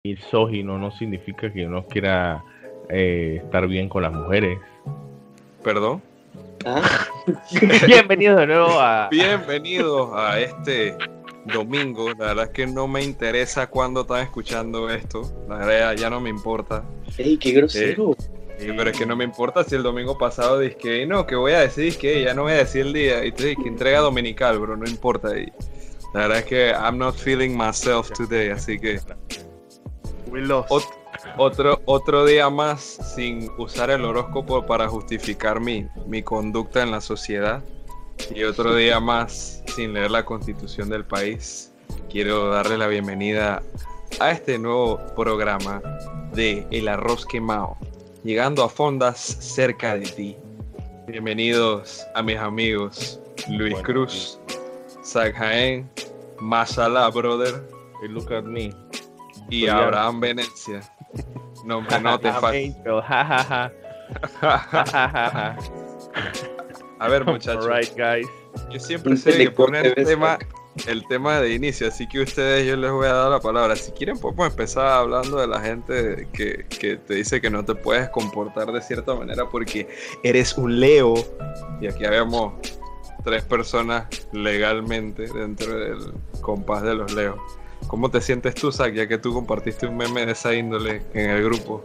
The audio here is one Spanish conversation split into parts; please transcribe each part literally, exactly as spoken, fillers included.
misógino no significa que no quiera eh, estar bien con las mujeres. ¿Perdón? ¿Ah? Bienvenidos de nuevo a... Bienvenidos a este domingo. La verdad es que no me interesa cuándo están escuchando esto. La verdad ya no me importa. ¡Ey, qué grosero! Eh, sí, pero es que no me importa si el domingo pasado dije que no, que voy a decir que ya no voy a decir el día. Y te dije que entrega dominical, bro, no importa. Y la verdad es que I'm not feeling myself today, así que... We lost. Ot- otro, otro día más sin usar el horóscopo para justificar mi, mi conducta en la sociedad. Y otro día más sin leer la constitución del país. Quiero darle la bienvenida a este nuevo programa de El Arroz Quemado, llegando a fondas cerca de ti. Bienvenidos a mis amigos Luis Bueno, Cruz, Zach Jaén, Mashallah Brother Hey, look at me. y Soy Abraham Venecia. No, hombre, no te falta. Angel, ja, ja, ja. Ja, ja, ja. A ver, muchachos, Alright, guys. yo siempre sé que Intelectual poner el debe tema, ser. el tema de inicio, así que ustedes yo les voy a dar la palabra. Si quieren podemos empezar hablando de la gente que, que te dice que no te puedes comportar de cierta manera porque eres un Leo. Y aquí habíamos tres personas legalmente dentro del compás de los Leos. ¿Cómo te sientes tú, Zach, ya que tú compartiste un meme de esa índole en el grupo?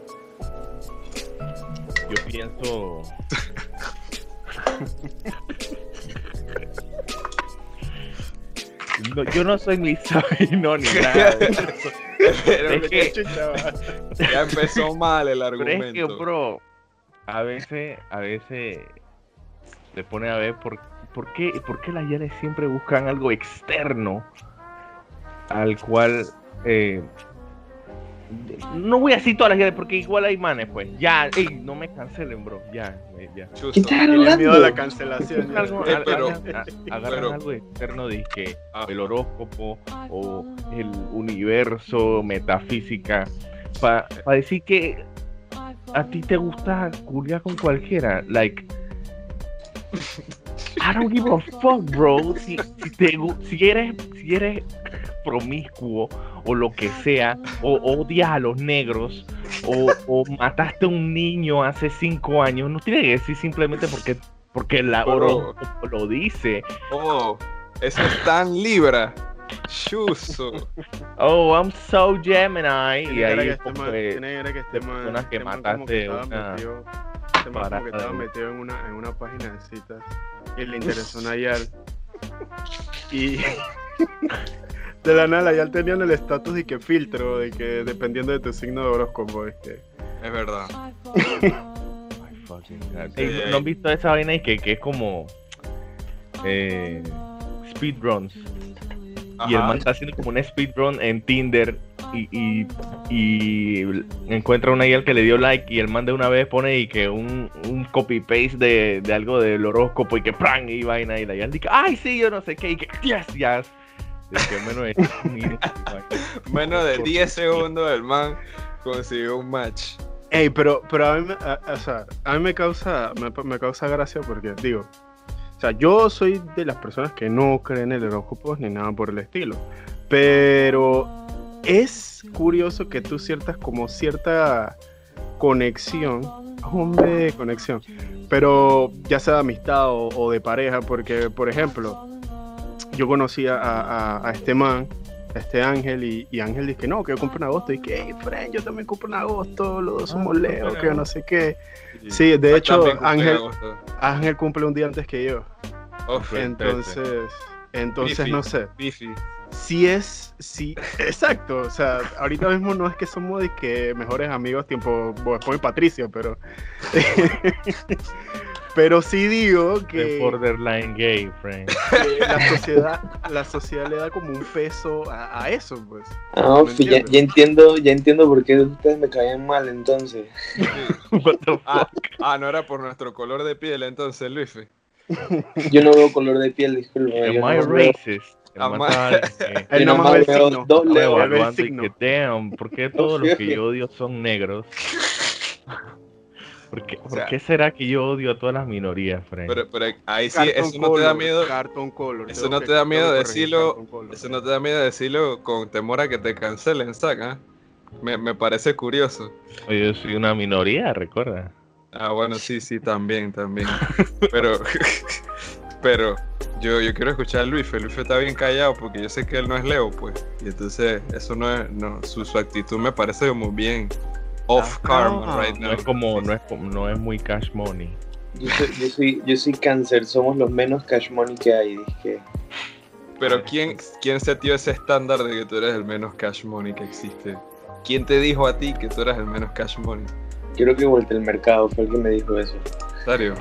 Yo pienso... No, yo no soy misógino ni nada de eso. Pero Es que- ya empezó mal el Pero argumento. es que, bro, a veces, a veces te pone a ver por, por qué, por qué las Yanes siempre buscan algo externo al cual eh, no voy a decir todas las Yanes porque igual hay manes, pues. Ya, ey, no me cancelen, bro. Ya, eh, ya. Chuzo. ¿Qué estás Tiene miedo a la hablando? cancelación. Buscan algo, Eh, al- pero- agarran, a- agarran pero- algo externo de que Ajá. el horóscopo o el universo, metafísica, para decir que a ti te gusta culiar con cualquiera. Like, I don't give a fuck, bro. Si, si, te gu- si eres, si eres promiscuo o lo que sea, o odias a los negros, o, o mataste a un niño hace cinco años, no tiene que decir simplemente porque, porque la Pero- horóscopo lo dice. Oh, eso es tan Libra. Chuzo. Oh, I'm so Gemini. Y Tiene ahí que este man- pues, tiene que este de man- personas que este man como mataste que estaba una metido- este man como barata que estaba de- metido en una, en una página de citas y le interesó Nayal y de la nada Nayal tenían el estatus de que filtro, de que dependiendo de tu signo de horóscopo es que Es verdad. Ay, fucking God. Ey, ¿no han visto esa vaina y que, que es como eh, speedruns? Y el Ajá. man está haciendo como un speedrun en Tinder y, y, y encuentra una guía que le dio like y el man de una vez pone y que un, un copy paste de, de algo del horóscopo y que ¡pran! Y vaina y la guía dice ¡ay sí! Yo no sé qué y que ¡yes! ¡yes! De que menos de un minuto, Menos de diez segundos el man consiguió un match. Ey, pero, pero a mí, me- a, o sea, a mí me causa, me, me causa gracia porque, digo, o sea, yo soy de las personas que no creen en el horóscopo ni nada por el estilo, pero es curioso que tú sientas como cierta conexión, hombre, conexión, pero ya sea de amistad o, o de pareja, porque, por ejemplo, yo conocí a, a, a este man, a este Ángel, y, y Ángel dice que no, que yo compro en agosto, y que, hey, friend, yo también compro en agosto, los dos somos Ah, Leo, compra que en yo no sé qué. Y Sí, de Zach hecho, también cumple en Ángel, agosto. Ángel cumple un día antes que yo, Uf, entonces, entonces Bifi. no sé. bifi. Si es, sí, exacto, o sea, ahorita mismo no es que somos de que mejores amigos tiempo Bob Esponja y Patricio, pero pero sí digo Es que, borderline gay, friend. que la sociedad la sociedad le da como un peso a, a eso, pues. Ah, ¿Me fi- ya, entiendes? ya entiendo, ya entiendo por qué ustedes me caían mal entonces. What the Ah, fuck? ah, no era por nuestro color de piel entonces, Luis. Yo no veo color de piel, disculpa. yo Am I nomás veo- racist? El Am man I- estaba de que- Él yo nomás nomás ve el veo signo. dos estaba leos. Él ve el evaluando y signo. que, damn, ¿por qué todos los que yo odio son negros? ¿Por qué, O por sea, qué será que yo odio a todas las minorías, friend? Pero, pero ahí sí, Cartoon eso no te da color, miedo. Cartoon color, Eso tengo no que- te da tengo miedo que corregir, decirlo- Cartoon color. Eso no te da miedo decirlo con temor a que te cancelen, saca. me, me parece curioso. Oye, yo soy una minoría, recuerda. Ah, bueno, sí, sí, también, también. Pero, pero yo, yo quiero escuchar a Luis. Luis está bien callado porque yo sé que él no es Leo, pues. Y entonces, eso no es, no, su, su actitud me parece como bien off Ah, karma right No now. es como, no es como, no es muy cash money. Yo soy, yo soy, yo soy cáncer, somos los menos cash money que hay, dije. Pero ¿quién, quién setió ese estándar de que tú eres el menos cash money que existe? ¿Quién te dijo a ti que tú eras el menos cash money? Creo que Volta el Mercado fue el que me dijo eso. ¿En serio?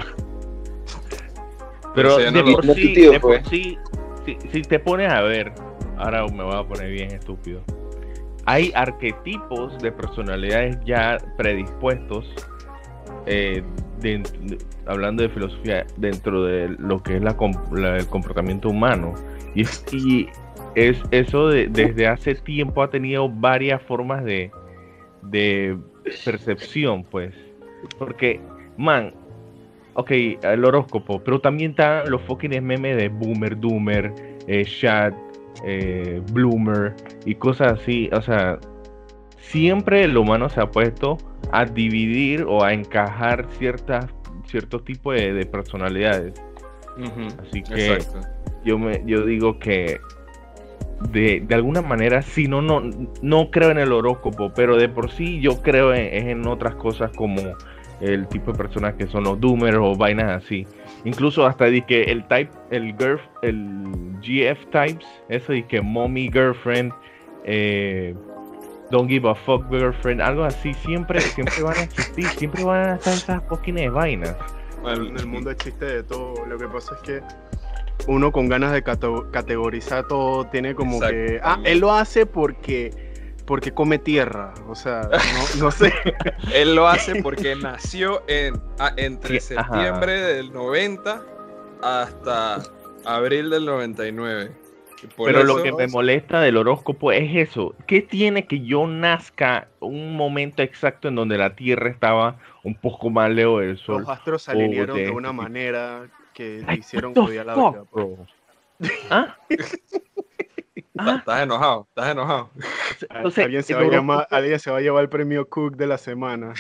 Pero Eso ya de no lo- por No, tu sí, tío de por fue. sí, si, si te pones a ver, ahora me voy a poner bien estúpido. Hay arquetipos de personalidades ya predispuestos, eh, de- de- hablando de filosofía, dentro de lo que es la, com- la- el comportamiento humano. Y, es- y es eso de- desde hace tiempo ha tenido varias formas de, de percepción, pues. Porque, man, ok, el horóscopo, pero también están los fucking memes de Boomer, Doomer, eh, Shad, eh, Bloomer y cosas así. O sea, siempre el humano se ha puesto a dividir o a encajar ciertas, ciertos tipos de, de personalidades. Ujú, Así que exacto. yo me, yo digo que de, de alguna manera, si no, no, no creo en el horóscopo, pero de por sí yo creo en, es en otras cosas como el tipo de personas que son los doomers o vainas así. Incluso hasta di que el type, el girl, el G F types, eso di que mommy girlfriend, eh, don't give a fuck girlfriend, algo así, siempre, siempre van a existir, siempre van a estar esas fucking vainas. Bueno, En el mundo existe de todo. Lo que pasa es que uno con ganas de cato- categorizar todo tiene como que. Ah, Exactamente. él lo hace porque. Porque come tierra. O sea, no, no sé. él lo hace porque nació en, a- entre Sí, ajá. septiembre del noventa hasta abril del noventa y nueve. Y por Pero eso- lo que me molesta del horóscopo es eso. ¿Qué tiene que yo nazca un momento exacto en donde la Tierra estaba un poco más lejos del Sol? Los astros se o alinearon de de este una tipo. manera que Like, hicieron what the jodida la fuck, vida. bro? ¿Ah? ¿Ah? Estás enojado, estás enojado. Entonces, alguien, se el va a llamar- horóscopo- alguien se va a llevar el premio Cook de la semana.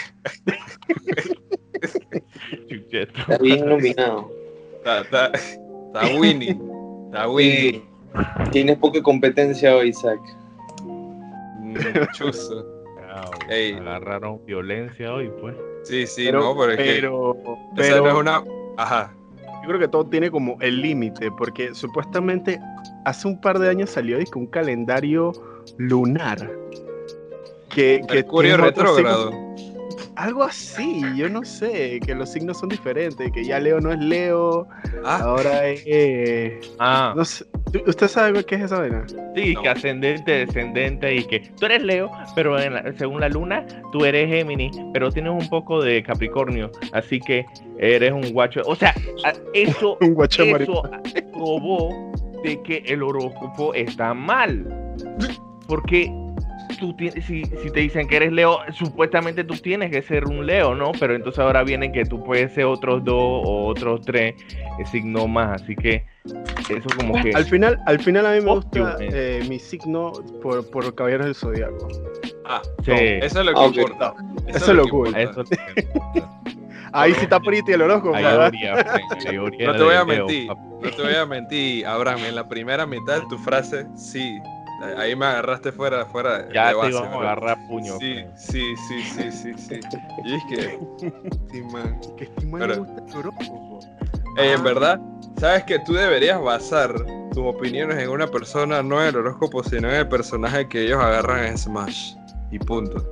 Chucheto. Está bien nominado. Está, está, está winning. Está winning. Tienes poca competencia hoy, Isaac. Mm, chuzo. Wow, Ey. agarraron violencia hoy, pues. Sí, sí, pero, no, pero es que pero, esa pero no es una. Ajá. yo creo que todo tiene como el límite, porque supuestamente hace un par de años salió dizque, un calendario lunar. Que, que Mercurio tiene otros retrógrado. signos- algo así, yo no sé, que los signos son diferentes, que ya Leo no es Leo, Ah, ahora es... eh, Ah, no sé, ¿tú- ¿usted sabe qué es esa vaina? sí, no. que ascendente, descendente y que tú eres Leo, pero en la- según la luna tú eres Géminis, pero tienes un poco de Capricornio, así que eres un guacho. O sea, a- eso, Un guacho eso probó de que el horóscopo está mal. Porque tú tienes, si, si te dicen que eres Leo, supuestamente tú tienes que ser un Leo, ¿no? Pero entonces ahora viene que tú puedes ser otros dos o otros tres eh, signos más, así que eso como que... Al final, al final a mí me Fuck gusta you, man. eh, mi signo por, por Caballeros del Zodiaco. ah, Sí. no, eso es lo que Ah, ok. importa. Eso es lo cool. que Eso importa. Ahí sí está pretty el horóscopo. ¿verdad? Mayoría, pues, mayoría No te voy a de Leo, mentir, papi. no te voy a mentir, Abraham, en la primera mitad de tu frase, sí, ahí me agarraste fuera, fuera Ya de te base, íbamos a bro. agarrar puño. Sí, pues. sí, sí, sí, sí, sí. Y es que, sí, man. Que este man Pero- le gusta el horóscopo. Ey, en Ah. verdad, sabes que tú deberías basar tus opiniones en una persona, no en el horóscopo, sino en el personaje que ellos agarran en Smash. Y punto.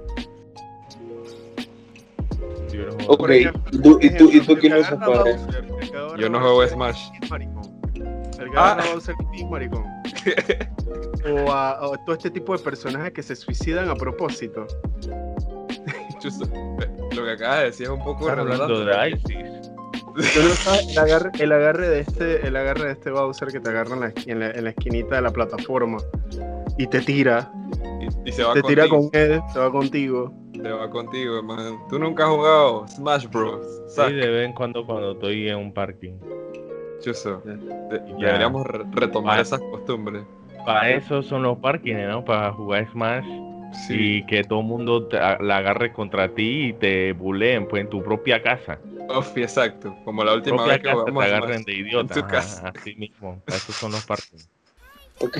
Yo no jodo. Ok, Por ejemplo, ¿y tú, y tú, y tú el quién que lo agarra para? Bowser, el que agarra Yo no Bowser juego es Smash. maricón. El que Ah. agarra Bowser es maricón. O, a, o todo este tipo de personajes que se suicidan a propósito. Chuzo, lo que acabas de decir es un poco Están hablando relevante. de ISIS. Tú no sabes el agarre, el agarre de este, el agarre de este Bowser que te agarra en la, esqui- en la, en la esquinita de la plataforma y te tira, Y, y se va te tira contigo. con él, se va contigo. Se va contigo, man. Tú nunca has jugado Smash Bros. Sí, Zack. de vez en cuando cuando estoy en un parking. Chuzo. Ya. De- Ya. Deberíamos re- retomar Ah. esas costumbres. Para eso son los parkings, ¿no? Para jugar Smash y que todo el mundo te, a- la agarre contra ti y te buleen pues en tu propia casa. Uf, exacto. Como la última Propia vez que casa te jugamos agarren Smash, de en idiota. tu Ajá, casa. así mismo. Esos son los parques. Ok.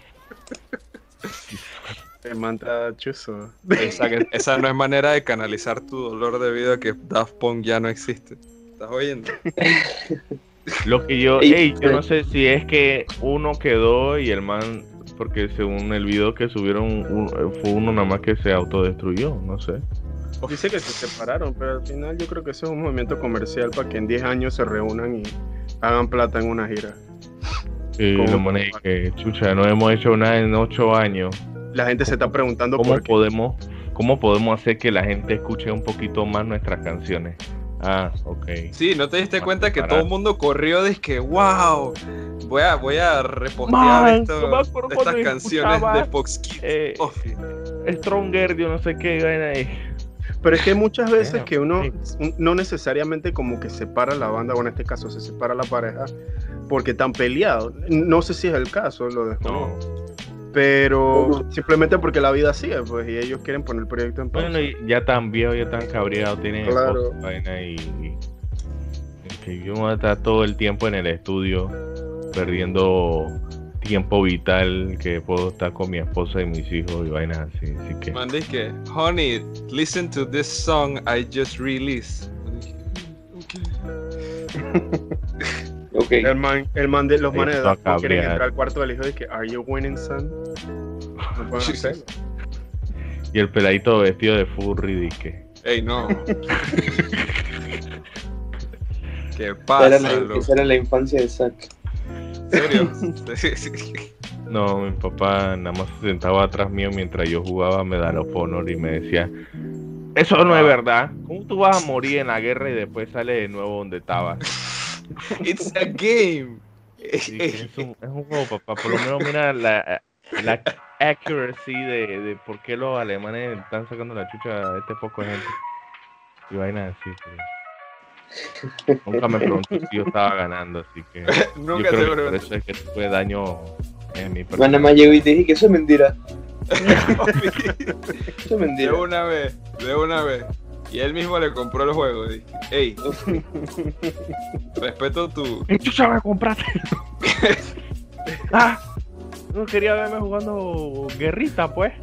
El manta chuzo. Esa, que- esa no es manera de canalizar tu dolor debido a que Daft Punk ya no existe. ¿Estás oyendo? Lo que yo, Ey, ey, yo eh. no sé si es que uno quedó y el man, porque según el video que subieron, un- fue uno nada más que se autodestruyó, no sé. Dice que se separaron, pero al final yo creo que eso es un movimiento comercial para que en diez años se reúnan y hagan plata en una gira. Y ¿Cómo? lo mané que, chucha, no hemos hecho nada en ocho años. La gente se está preguntando ¿Cómo por qué. podemos, cómo podemos hacer que la gente escuche un poquito más nuestras canciones? Ah, ok. Sí, ¿no te diste Ah, cuenta que separar. todo el mundo corrió de que, wow, voy a, voy a repostear Man, esto- yo me acuerdo estas cuando canciones escuchaba, de Fox Kids? eh, Ofi. Stronger, yo no sé qué vaina ahí. Pero es que hay muchas veces Damn, que uno sí. un- no necesariamente como que separa la banda, o en este caso se separa la pareja, porque están peleados. No sé si es el caso, lo desconozco. No. Pero Ujú. simplemente porque la vida sigue, pues, y ellos quieren poner el proyecto en pausa. Bueno, y ya tan viejo, ya tan cabreado, tienen Claro. esposa, vaina y, y- y que yo voy a estar todo el tiempo en el estudio perdiendo tiempo vital que puedo estar con mi esposa y mis hijos y vainas así, así que Man, dije, honey, listen to this song I just released. Ok. El man, el man de los Ahí manes de está Daft Punk quieren cabreado. entrar al cuarto del hijo y que, ¿Are you winning, son? No pueden hacerlo. y el peladito vestido de furry dije, Ey, no. ¿Qué Esa pasa, era, la, loco? esa era la infancia de Zack. ¿En serio? no, mi papá nada más se sentaba atrás mío mientras yo jugaba Medal of Honor y me decía, eso no es verdad, ¿cómo tú vas a morir en la guerra y después sales de nuevo donde estabas? It's a game. Sí, que es, un, es un juego, papá. Por lo menos mira la, la accuracy de, de por qué los alemanes están sacando la chucha a este poco de gente. Y vainas así. sí. Nunca me preguntó si yo estaba ganando, así que Nunca yo te creo que por pregunté. eso es que tuve daño en mi Bueno, nada persona. más llego y te dije que eso es mentira. Eso es De mentira. una vez, de una vez. Y él mismo le compró el juego. Dije, ey, respeto tu. ¿Qué chucha me compraste? ah, no quería verme jugando guerrita, pues.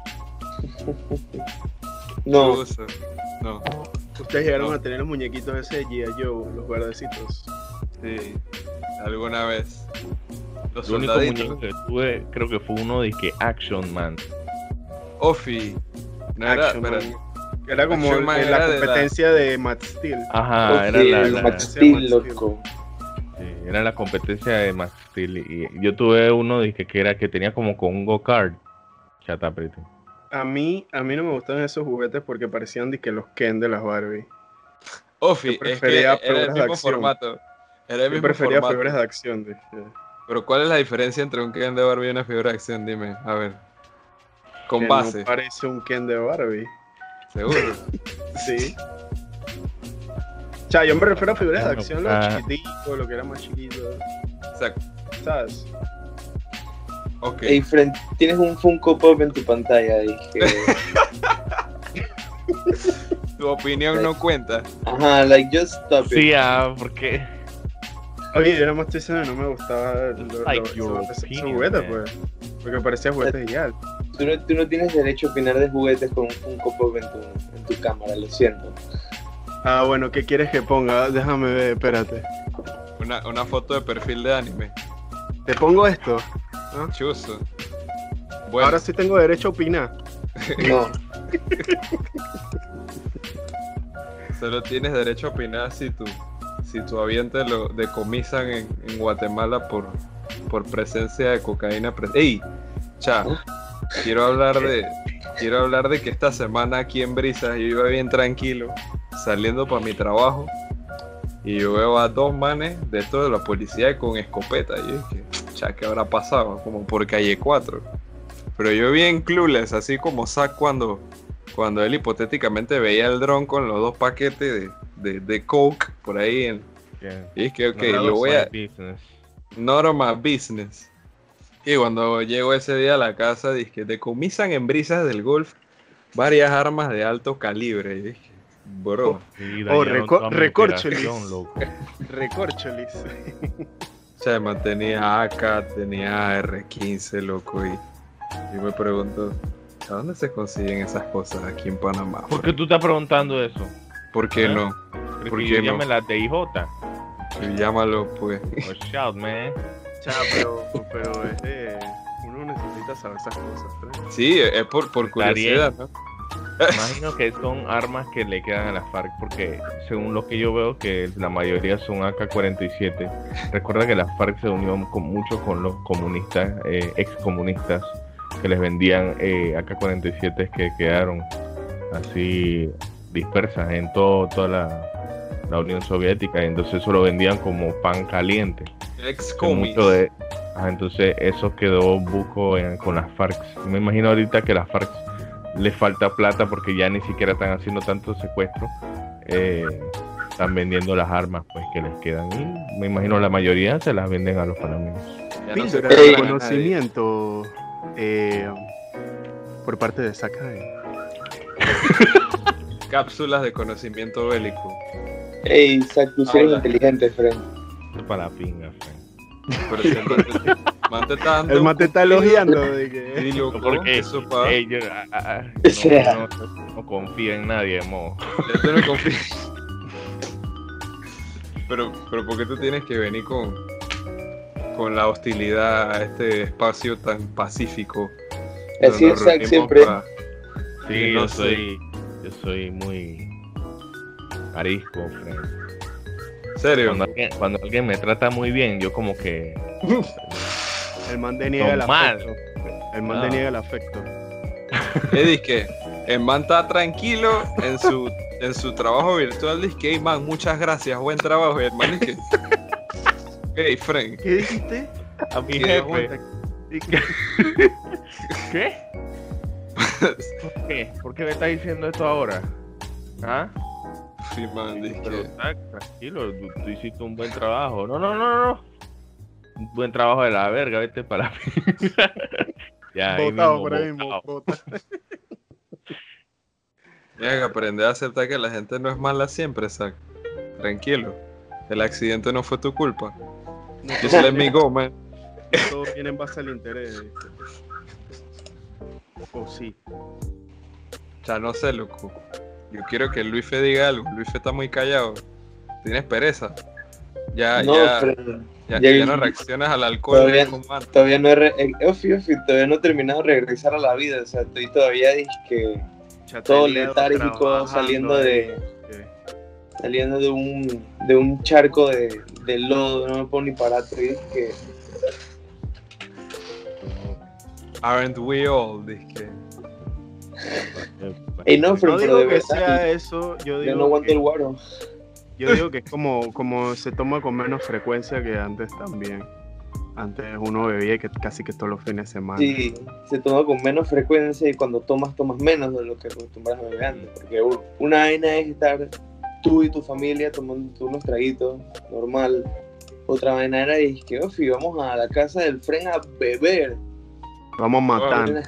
No, uso. No, Ustedes llegaron No. a tener los muñequitos ese de G I. Joe, los verdecitos. sí. Alguna vez. Los El único soldaditos. muñeco que tuve, creo que fue uno de que Action Man. Ofi. No era, Action espera, Man. Era como Action Man el- era la de la- competencia de Matt Steel. Ajá, ok, era la, el la- Max sí, Steel, Max loco. sí, era la competencia de Max Steel. Y yo tuve uno de que, que era que tenía como con un go-kart. Chata, pretty. A mí, a mí no me gustaban esos juguetes porque parecían de que los Ken de las Barbie. Ofi, Yo es que prefería era el figuras de mismo acción. formato. Era el Yo mismo prefería formato. figuras de acción. De, Pero ¿cuál es la diferencia entre un Ken de Barbie y una figura de acción? Dime, a ver. Con que base, no parece un Ken de Barbie. seguro. Sí. O sea, yo me refiero a figuras de Bueno, acción, lo ah. chiquitico, lo que era más chiquito. Exacto. ¿Sabes? Ok. Ey, friend, tienes un Funko Pop en tu pantalla. Dije. Tu opinión no cuenta. Ajá, like, just stop it. Sí, ah, porque. Oye, yo nada más estoy diciendo que no me gustaba lo, Like lo- your esos- esos opinion, juguetes, man. pues. Porque parecía juguetes gigante. Tú no, tú no tienes derecho a opinar de juguetes con un Funko Pop en tu, en tu cámara, lo siento. Ah, bueno, ¿qué quieres que ponga? Déjame ver, espérate. Una, una foto de perfil de anime. ¿Te pongo esto? Chuzo. Bueno, Ahora sí tengo derecho a opinar. No, solo tienes derecho a opinar si tu, si tu avión te lo decomisan en, en Guatemala por, por presencia de cocaína. Pre- ¡Ey! Cha, quiero hablar de quiero hablar de que esta semana aquí en Brisas yo iba bien tranquilo, saliendo para mi trabajo, y yo veo a dos manes de estos de la policía con escopeta. Y yo dije, cha, ¿qué habrá pasado? Como por calle cuatro. Pero yo bien clueless, así como Zack cuando, cuando él hipotéticamente veía el dron con los dos paquetes de, de, de coke por ahí. En, que- y es que, ok, no, yo voy a... business. Not on my business. Y cuando llego ese día a la casa, dije, decomisan en brisas del golf varias armas de alto calibre. Y dije, bro, Sí, Oh, dañaron reco- toda mi recorcholis. operación, loco. Recorcholis. o sea, mantenía A K, tenía R quince, loco, y yo me pregunto, ¿a dónde se consiguen esas cosas aquí en Panamá? ¿Por qué tú estás preguntando eso? ¿Por qué ¿Eh? no? Porque ¿Por yo qué no? llamé la D I J. Y llámalo, pues. Watch out, man. Cha, pero, pero es de... Uno necesita saber esas cosas, ¿no? Sí, es por, por curiosidad, ¿no? Imagino que son armas que le quedan a las FARC, porque según lo que yo veo, que la mayoría son A K cuarenta y siete. Recuerda que las FARC se unió con, mucho con los comunistas, eh, excomunistas, que les vendían eh, A K cuarenta y siete que quedaron así dispersas en todo, toda la, la Unión Soviética, y entonces eso lo vendían como pan caliente. Que Ex-comis. mucho de, ajá, entonces eso quedó buco en- con las FARC. Me imagino ahorita que las FARC les falta plata porque ya ni siquiera están haciendo tanto secuestro, eh, están vendiendo las armas pues que les quedan, y me imagino la mayoría se las venden a los panameños. Ya no se Píldora compran de a nadie. conocimiento eh, por parte de Sakai. Cápsulas de conocimiento bélico. Ey, Isaac, tú sí eres Hola. inteligente, friend. Esto es para la pinga, friend. Pero si el man te- man te está dando El un mate está cumplido, elogiando de que... y loco, Porque, eso pa- ey, yo, ah, ah, ah, O sea. no, no- no confío en nadie, mo. ya te lo confío. Pero, pero ¿por qué tú tienes que venir con, con la hostilidad a este espacio tan pacífico? Así Nos es, Isaac, reunimos siempre. pa- Sí, No yo sé. soy, yo soy muy arisco, friend. ¿En serio? Cuando alguien, cuando alguien me trata muy bien, yo como que El man deniega el Normal. afecto. El man Ah. deniega el afecto. Es disque, el man está tranquilo en su, en su trabajo virtual, dice que, hey man, muchas gracias, buen trabajo, y el man dice, hey Frank, ¿Qué dijiste? a mi ¿qué jefe. aguanta? ¿Qué? ¿Por qué? ¿Por qué me estás diciendo esto ahora? ¿Ah? Sí, man, dice Pero que, ah, tranquilo, tú, tú hiciste un buen trabajo. No, no, no, no. Un buen trabajo de la verga, vete para mí. Ya, ahí Botado mismo, por ahí mismo. botado. bota. tienes que aprender a aceptar que la gente no es mala siempre, Zach. Tranquilo, el accidente no fue tu culpa. No, Just let me go, man. todo viene en base al interés. ¿viste? O sí. Ya no sé, loco. Yo quiero que Luife diga algo. Luife está muy callado. Tienes pereza. Ya, No, ya, friend. ya, ya- ya no reaccionas al alcohol. Todavía- como antes. Todavía no he, re- eh, ofi, ofi, todavía no he terminado de regresar a la vida. O sea, estoy todavía disque todo Chateleado, letárgico, trabajando saliendo ahí. de saliendo de un de un charco de, de lodo. No me puedo ni parar. Estoy disque Aren't we all? Dizque. Ey, no, No friend, pero digo de que verdad, sea eso, yo yo digo, no aguanto que, el guaro. yo digo que es como, como se toma con menos frecuencia que antes también. Antes uno bebía que casi que todos los fines de semana. Sí, se toma con menos frecuencia y cuando tomas, tomas menos de lo que acostumbras a beber antes. Porque u- una vaina es estar tú y tu familia tomando tú unos traguitos, normal. Otra vaina era y que, ofi, vamos a la casa del friend a beber. Vamos matando.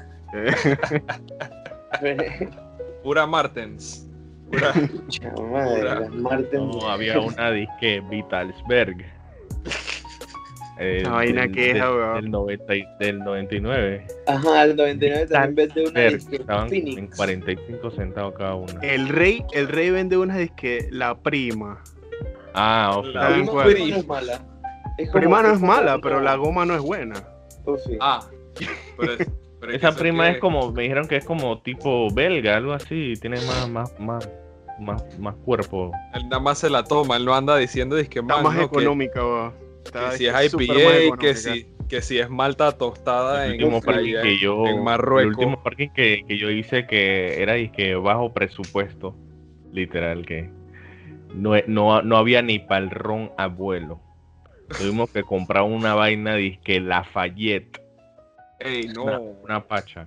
Pura Martens. Pura. Chama, Pura. las Martens. No, había una disque Vitalsberg. Eh, Esa vaina del- que es, del, weón. del, noventa y- del noventa y nueve. Ajá, el noventa y nueve también vende una Berg, disque estaban en Phoenix. cuarenta y cinco centavos cada una. El rey, el rey vende una disque la prima. Ah, ok. La La bien prima cual. no es mala. Es como- Prima no es como mala, una- pero la goma no es buena. Ofi. Ah. Pero, es- pero es que Esa eso prima que- es como, me dijeron que es como tipo belga, algo así, tiene más, más, más, más, más cuerpo. Él nada más se la toma, él no anda diciendo que Está man, más no, que, económica, va. Está que si disque es súper más I P A, que económica. si, que si es malta tostada El en, último Uf, parking allá que en- yo, en el Marruecos. último parking que, que yo hice que era que bajo presupuesto, literal, que no, no, no había ni para el ron abuelo. Tuvimos que comprar una vaina disque Lafayette, Ey, una, no. una pacha.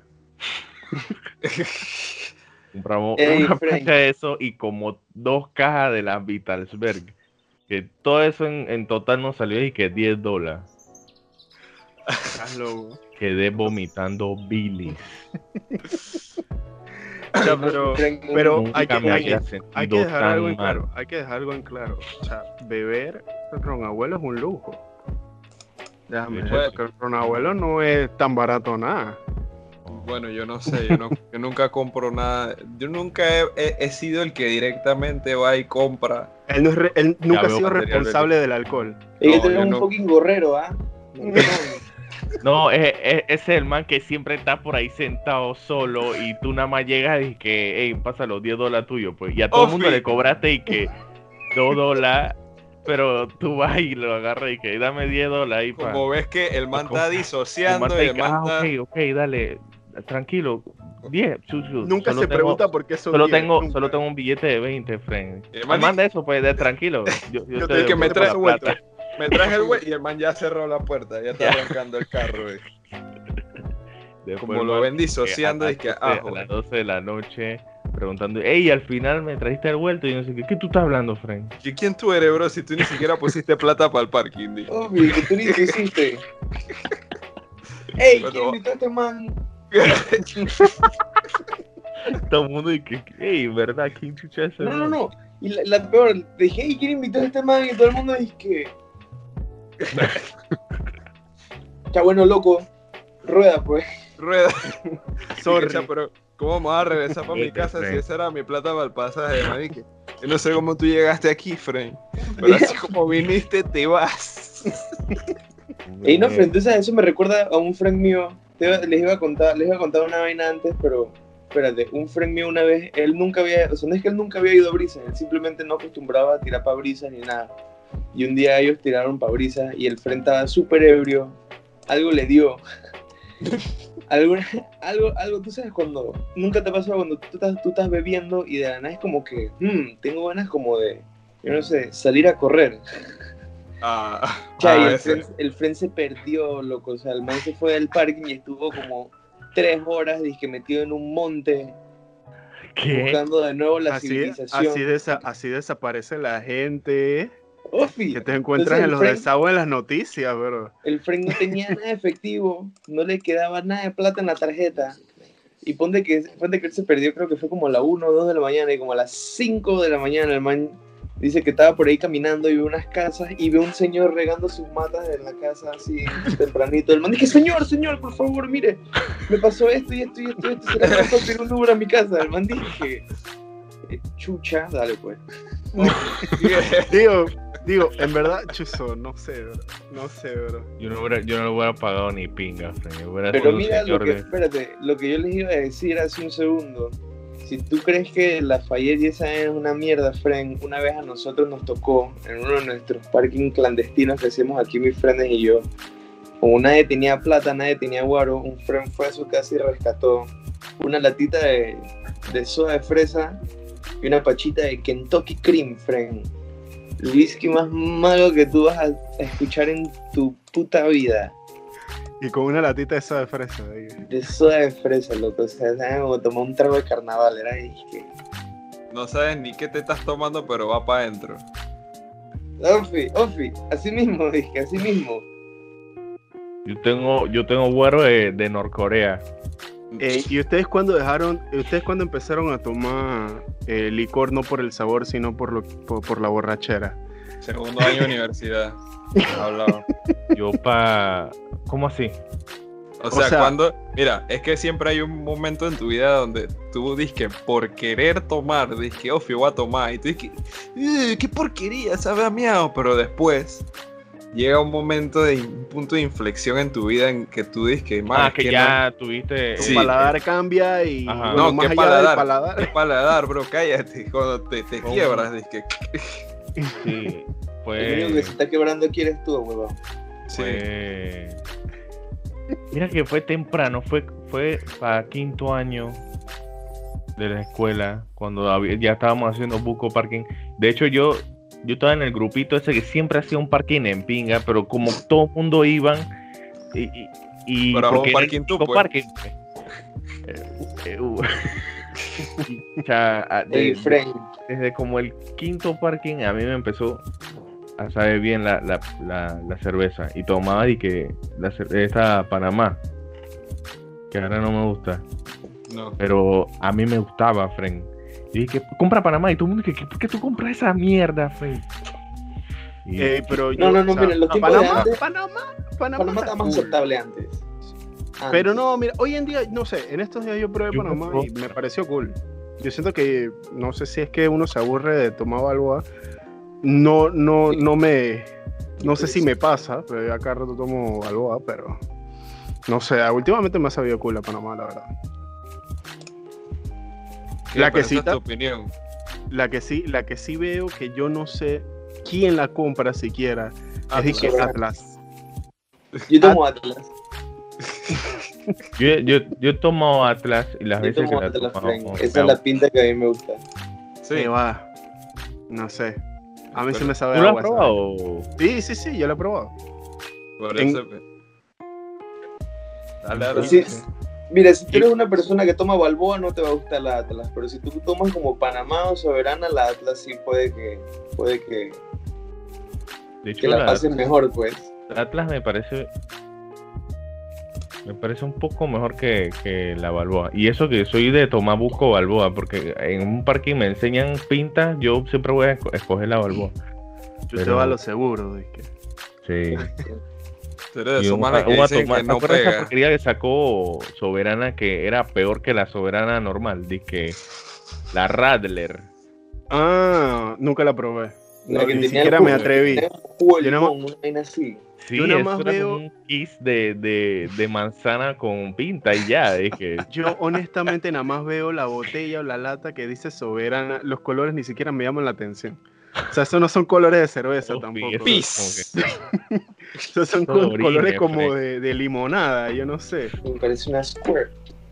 Compramos Ey, una Frank. pacha de eso y como dos cajas de las Vitalsberg. Que todo eso en, en total nos salió y que diez dólares. Estás loco. quedé vomitando bilis. O sea, pero, pero Nunca hay que, me hay, había que, sentido hay que dejar tan algo en mal. claro. Hay que dejar algo en claro. O sea, beber ron abuelo es un lujo. Déjame De decirte hecho, que el ron abuelo no es tan barato nada. Bueno, yo no sé, yo, no, yo nunca compro nada. Yo nunca he, he- he sido el que directamente va y compra. Él, no es re- él nunca ha veo sido material responsable del alcohol. Hay que No, tener yo un no. fucking gorrero, ¿ah? No, No, es, es, ese es el man que siempre está por ahí sentado solo y tú nada más llegas y que, hey, pasa los diez dólares tuyos, pues. Y a todo el mundo Ofi. le cobraste y que dos dólares, pero tú vas y lo agarras y que dame diez dólares ahí para... Como ves que el man está disociando y y el man ah, está... ok, ok, dale, tranquilo, diez, chu, chu, Nunca solo se tengo- pregunta por qué son Solo diez, tengo, nunca. solo tengo un billete de veinte, friend. El Ah, man manda eso, pues, de tranquilo. Yo, yo Yo te te- que me devuelvo la trae vuelta. plata. Me traje el güey y el man ya cerró la puerta, ya está Ya. arrancando el carro, güey. Después, Como lo man, ven disociando a y las que, doce- ah, a joder. las doce de la noche preguntando, hey, al final me trajiste el vuelto y no sé qué. ¿Qué tú estás hablando, friend? ¿Y quién tú eres, bro? Si tú ni siquiera pusiste plata para el parking, di. Obvio, que tú ni te hiciste. Ey, Bueno, ¿quién invitó a este man? Todo el mundo dice, hey, ¿verdad? ¿Quién chucha es ese No, no, man?" no. Y la, la peor, dije, hey, ¿quién invitó a este man? Y todo el mundo dice que. Ya bueno, loco. Rueda, pues. Rueda. Sorry. O sea, pero ¿cómo vamos a regresar para mi Este, casa si friend. esa era mi plata para el pasaje, marique? Yo no sé cómo tú llegaste aquí, friend. Pero así como viniste, te vas. Ey, no, friend, entonces eso me recuerda a un friend mío. Te iba- les iba a contar, les iba a contar una vaina antes, pero espérate, un friend mío una vez, él nunca había, o sea, no es que él nunca había ido a brisas, él simplemente no acostumbraba a tirar pa' brisas ni nada. Y un día ellos tiraron pa' brisas y el friend estaba súper ebrio, algo le dio. algo, algo, algo, tú sabes cuando, nunca te pasó cuando tú estás, tú estás bebiendo y de la nada es como que, hmm, tengo ganas como de, yo no sé, salir a correr. Ah, Cha, y ah, el, ese. friend, el friend se perdió, loco. O sea, el man se fue del parking y estuvo como tres horas dizque, metido en un monte ¿Qué? buscando de nuevo la Así, civilización. así, desa- así desaparece la gente Ofi, que te encuentras entonces en el los friend- desagües en las noticias, bro. el friend no tenía nada de efectivo, no le quedaba nada de plata en la tarjeta. Y ponte que, ponte que él se perdió, creo que fue como a la una o dos de la mañana, y como a las cinco de la mañana el man dice que estaba por ahí caminando y ve unas casas y ve un señor regando sus matas en la casa así tempranito. El man dice, señor, señor, por favor, mire, me pasó esto y esto y esto y esto, ¿será que me puedo pedir un Uber a mi casa? El man dice, eh, chucha, dale pues. Digo, digo, en verdad, chuzo, no sé, bro. No sé, bro. Yo no, hubiera, yo no lo hubiera pagado ni pinga, friend. Yo hubiera Pero sido un mira, lo señor que, de... espérate, lo que yo les iba a decir hace un segundo. Si tú crees que Lafayette y esa es una mierda, friend, una vez a nosotros nos tocó en uno de nuestros parking clandestinos que hacemos aquí mis friends y yo. Como nadie tenía plata, nadie tenía guaro, un friend fue a su casa y rescató una latita de, de soda de fresa y una pachita de Kentucky Cream, friend. El whisky más malo que tú vas a escuchar en tu puta vida. Y con una latita esa de fresa. ahí. De soda de fresa, loco. O sea, ¿sabes? Como tomar un trago de carnaval. Era ahí que... No sabes ni qué te estás tomando, pero va para adentro. Ofi, Ofi, así mismo, dije, así mismo. Yo tengo, yo tengo güero de, de Norcorea. Eh, ¿Y ustedes cuándo dejaron, ustedes cuándo empezaron a tomar eh, licor no por el sabor, sino por, lo, por, por la borrachera? Segundo año de universidad. Hablaba. Yo pa... ¿Cómo así? O O sea, sea- cuando... Mira, es que siempre hay un momento en tu vida donde tú dices que por querer tomar, dices que, Ofi, voy a tomar. Y tú dices que, "Eh, qué porquería, sabe a miau". Pero después llega un momento de un punto de inflexión en tu vida en que tú dices que, "Man, Ah, es que no- ya tuviste... Tu Sí. paladar cambia y Ajá. bueno, No, más ¿qué allá paladar? del paladar. qué paladar, bro, cállate". Cuando te, te ¿Cómo? quiebras, dices que... Sí, El pues... único que se está quebrando aquí eres tú, huevón. Sí. Fue... Mira que fue temprano, fue, fue para quinto año de la escuela, cuando había- ya estábamos haciendo buco parking. De hecho, yo, yo estaba en el grupito ese que siempre hacía un parking en pinga, pero como todo el mundo iban y... y, y Pero a porque un era el parking tú, único pues. parking, pues. Eh, eh, uh, y, o sea, a- de- Ey, friend. desde como el quinto parking a mí me empezó a saber bien la, la, la, la cerveza y tomaba y que la cer- esta Panamá que ahora no me gusta. No. Pero a mí me gustaba, friend. Y dije, compra Panamá. Y todo el mundo dice, ¿por qué tú compras esa mierda, friend? Y- Eh, pero No, yo, no, no, o sea, miren, los tiempos de Panamá, antes- Panamá, Panamá, Panamá está está más cool. aceptable antes. Antes. Pero no, mira, hoy en día, no sé, en estos días yo probé Yo Panamá no- y me pareció cool. Yo siento que, no sé si es que uno se aburre de tomar Balboa, no, no, no me, no sé si me pasa, pero yo acá rato tomo Balboa, pero no sé, últimamente me ha sabido cool la Panamá, la verdad. Sí, La pero esa es quesita. tu opinión. La que sí, la que sí veo que yo no sé quién la compra siquiera, es de que Atlas. Atlas. Yo tomo Atlas. Yo, yo, yo he tomado Atlas y las Yo veces que tomo la he Atlas, tomado, friend. me Esa es la pinta que a mí me gusta. Sí. Eh, va, no sé. A mí sí Pero- me sabe ¿Tú lo has agua esa probado? vaina. Sí, sí, sí, yo la he probado. Por En- eso. Dale, dale. Sí, mira, si tú eres una persona que toma Balboa, no te va a gustar la Atlas. Pero si tú tomas como Panamá o Soberana, la Atlas sí puede que, puede que, De hecho, que la la, pases mejor, pues. la Atlas me parece me parece un poco mejor que, que la Balboa. Y eso que soy de tomar busco Balboa, porque en un parking me enseñan pintas, yo siempre voy a esco- escoger la Balboa. Yo te Pero- va a lo seguro, dizque. Sí. Tú eres de Y esos un- manes que un a dicen tomar- que ¿te no acuerdas esa pega. porquería que sacó Soberana que era peor que la Soberana normal? Dice la Radler. Ah, nunca la probé. La No, que ni tenía siquiera el me jugo, atreví. tenía un jugo de Yo nada más- limón, una vaina así. Sí, Yo nada eso más era veo- como un kiss de, de, de manzana con pinta y ya. Dije, Yo honestamente nada más veo la botella o la lata que dice Soberana. Los colores ni siquiera me llaman la atención. O sea, esos no son colores de cerveza oh, tampoco. sí, eso Pis. es como que- Esos son Todo col- orine, colores como Fred. de, de limonada, yo no sé. Me parece una squirt.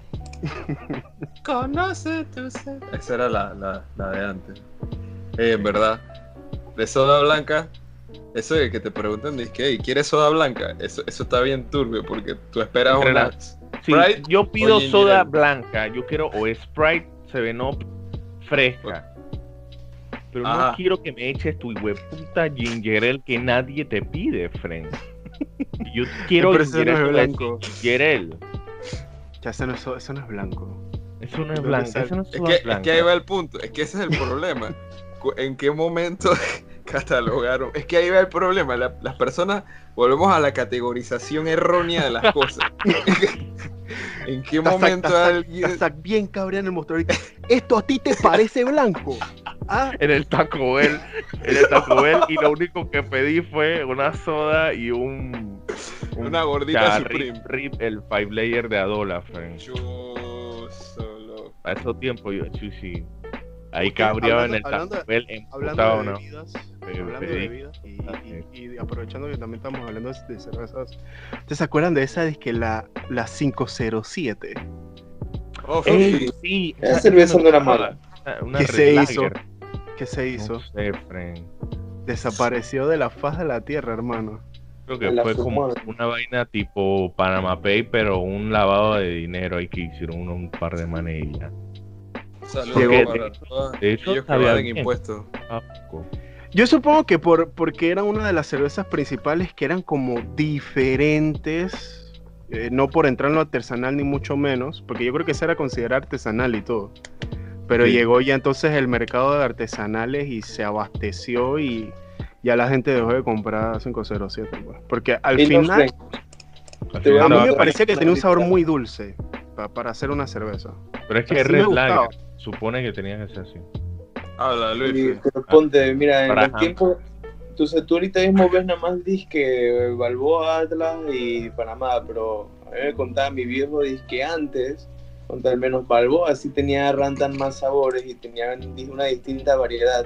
Conoce tu ser. Esa era la, la, la de antes. Eh, en verdad. De soda blanca. Eso de que te preguntan, dice, hey, ¿quieres soda blanca? Eso, eso está bien turbio porque tú esperas Entre una. la- Sí, Sprite yo pido o ginger soda ale. blanca. Yo quiero o Sprite, Seven Up fresca. Pero Ajá. no quiero que me eches tu hueputa ginger ale que nadie te pide, friend. Yo quiero Pero ese ginger no es ale, blanco. ginger ale. Ya, eso no es, eso no es blanco. Eso no es ¿Dónde blanco, sale? eso no es Es soda que, es blanca. que ahí va el punto. Es que ese es el problema. Cu- ¿En qué momento catalogaron? Es que ahí va el problema. La- las personas volvemos a la categorización errónea de las cosas. ¿En qué Tazac, momento tazac, alguien... tazac bien cabreado en el mostrador. ¿Esto a ti te parece blanco? Ah, En el Taco Bell, en el Taco Bell, y lo único que pedí fue una soda y un... un Una gordita ya, Supreme. Rip, rip, el five layer de Adola, friend. Yo solo... A esos tiempos yo, chuchi, ahí Ok, cabreaba en el hablando- Taco Bell, hablando emputado, de ¿no? bebidas, Pero hablando de pedí- bebidas y, y- y aprovechando que también estamos hablando de cervezas, ¿ustedes se acuerdan de esa de que la, la cinco cero siete? Oh, Ey, sí. sí, Esa cerveza no era mala. Una, una ¿Qué Red se Lager. hizo? ¿Qué se hizo? No sé, friend. Desapareció de la faz de la tierra, hermano. Creo que La fue como fumaron. una vaina tipo Panama Pay, pero un lavado de dinero ahí que hicieron uno, un par de manillas. Saludos Llegó- para todos de hecho, aquellos que sabía evaden bien. impuestos. Ah, poco. Yo supongo que por, porque era una de las cervezas principales que eran como diferentes, eh, no por entrar en lo artesanal ni mucho menos, porque yo creo que esa era considerada artesanal y todo. Pero Sí. llegó ya entonces el mercado de artesanales y se abasteció y ya la gente dejó de comprar cinco cero siete, pues. Porque al Y no, final, friend, Al Te voy final a mí me estaba- parecía que tenía un sabor Ahorita. muy dulce pa- para hacer una cerveza. Pero es que sí es me Red gustaba. Lager. Supone que tenía que ser así. Habla, y- Luis. pero ponte, mira, en Para los tiempos, entonces tú ahorita mismo ves nada más disque Balboa, Atlas y Panamá, pero a mí me contaba mi viejo disque antes, con al menos Balboa sí tenía rantan más sabores y tenían di- una distinta variedad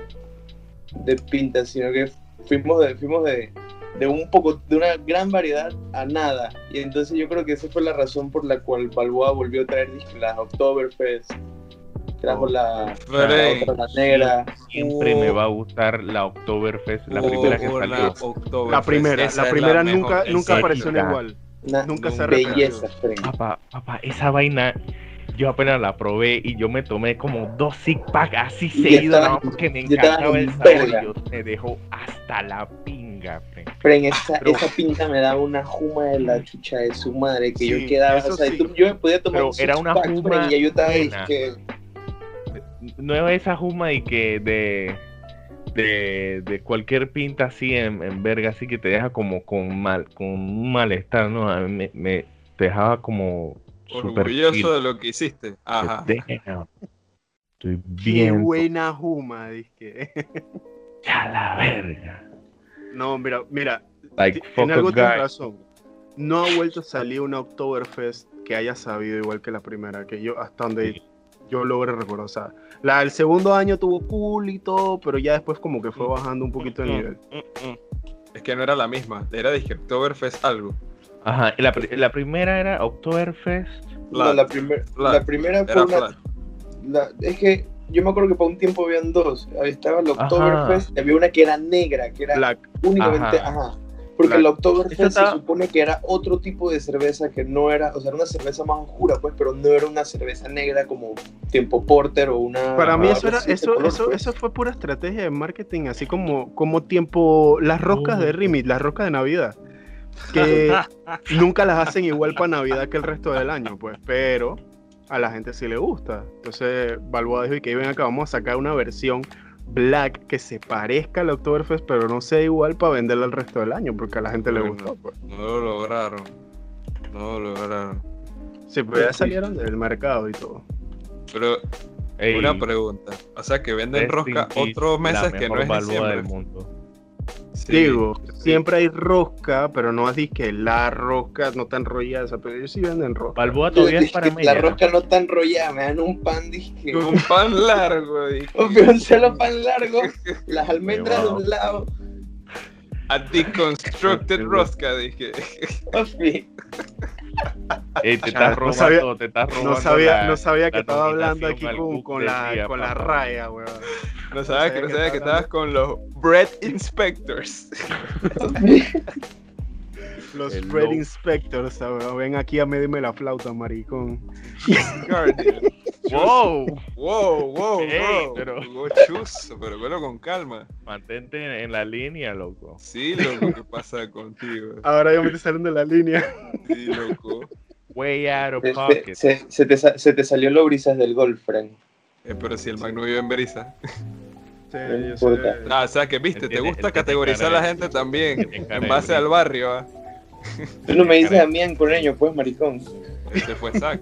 de pintas, sino que fuimos de, fuimos de, de un poco, de una gran variedad a nada, y entonces yo creo que esa fue la razón por la cual Balboa volvió a traer disque las Oktoberfest, trajo Oh. la, Pero, la ey, otra, la negra. Siempre Oh. me va a gustar la Oktoberfest, la Oh, primera que oh, salió. la Oktoberfest. La primera, Esa la es primera mejor, nunca, en nunca serio. apareció Ya. igual. Una Nunca se ha belleza, repetido. friend. Papá, papá, esa vaina, yo apenas la probé y yo me tomé como dos six pack así Y ya seguidos, estaban- nada más porque me ya estaban encantaba el en sabor verga. y yo me dejó hasta la pinga. Venga, Fren. Fren, esa, Pero- esa pinta me daba una juma de la chucha de su madre, que Sí, yo quedaba, eso o sea, sí. tú- yo me podía tomar Pero un era six una pack, juma Fren, y yo estaba ahí, buena. que No es esa juma y que de, de, de cualquier pinta así en, en verga, así que te deja como con mal, con un malestar, ¿no? A mí me, me dejaba como super Orgulloso chill. de lo que hiciste. Ajá. Damn. Estoy Qué bien. buena juma, dije. A la verga. No, mira, mira, Like, ti- fuck en a algo tienes guy. razón. No ha vuelto a salir una Oktoberfest que haya sabido igual que la primera, que yo, hasta donde Sí. yo logre recordar. O sea, la, el segundo año tuvo cool y todo, pero ya después como que fue bajando un poquito el nivel. Mm, mm. Es que no era la misma. Era de Oktoberfest algo. Ajá, y la, pri- la primera era Oktoberfest. no, Flat. la, primer- Flat. la primera fue Era una, flat. la- es que yo me acuerdo que para un tiempo habían dos, ahí estaba la Ajá. Oktoberfest y había una que era negra, que era Black. únicamente, Ajá. ajá, porque Black. la Oktoberfest Esa estaba- se supone que era otro tipo de cerveza que no era, o sea, era una cerveza más oscura, pues, pero no era una cerveza negra como tiempo porter o una... Para mí Ajá. eso era, así de eso, color, eso, pues. eso fue pura estrategia de marketing, así como, como tiempo, las roscas de Oh. Rimit, las roscas de Navidad, que nunca las hacen igual para Navidad que el resto del año, pues, pero a la gente sí le gusta. Entonces Balboa dijo, y que ven acá, vamos a sacar una versión black que se parezca al Oktoberfest, pero no sea igual para venderla el resto del año, porque a la gente le Bueno. gustó, pues. No lo lograron. No lo lograron. Sí, pero ya salieron del mercado y todo. Pero Ey, una pregunta. O sea, que venden rest rosca in peace, otros meses la que no mejor es Balboa del diciembre. mundo. Sí, Digo, sí. siempre hay rosca, pero no así que la rosca no tan enrollada, pero ellos sí venden rosca. Balboa Yo todavía es dije para que la rosca no está enrollada, me dan un pan, dije, Un pan largo. dije. un solo pan largo, las almendras de un lado, A deconstructed rosca, dije. papi. Ey, te Ya, estás no robando, sabía- te estás robando. No sabía, la- no sabía que la estaba hablando aquí nominación al con, Cook con del la, día, con la papá. raya, weón. No sabía que, no sabía que estabas con los bread inspectors. Los El Fred low. Inspectors, weón. Ven aquí a medirme la flauta, maricón. Guardian. ¡Wow! Wow, wow, Ey, wow. pero- Jugó chuzo, pero velo con calma. Mantente en, en la línea, loco. Sí, loco, ¿qué pasa contigo? Ahora ya me estoy saliendo de la línea. Sí, loco. Way out of Se, pocket. se, se te, sa- se te salió lo brisas del golf, Frank. Eh, pero si el Magno vive en Brisa. Sí, No yo importa. sé. Ah, o sea que viste, Él te tiene- gusta él tiene categorizar a cara la de- gente también. tiene cara En de base Brisa. al barrio, ¿ah? Tú no me dices a mí en coreño, pues, maricón. Este fue Zack.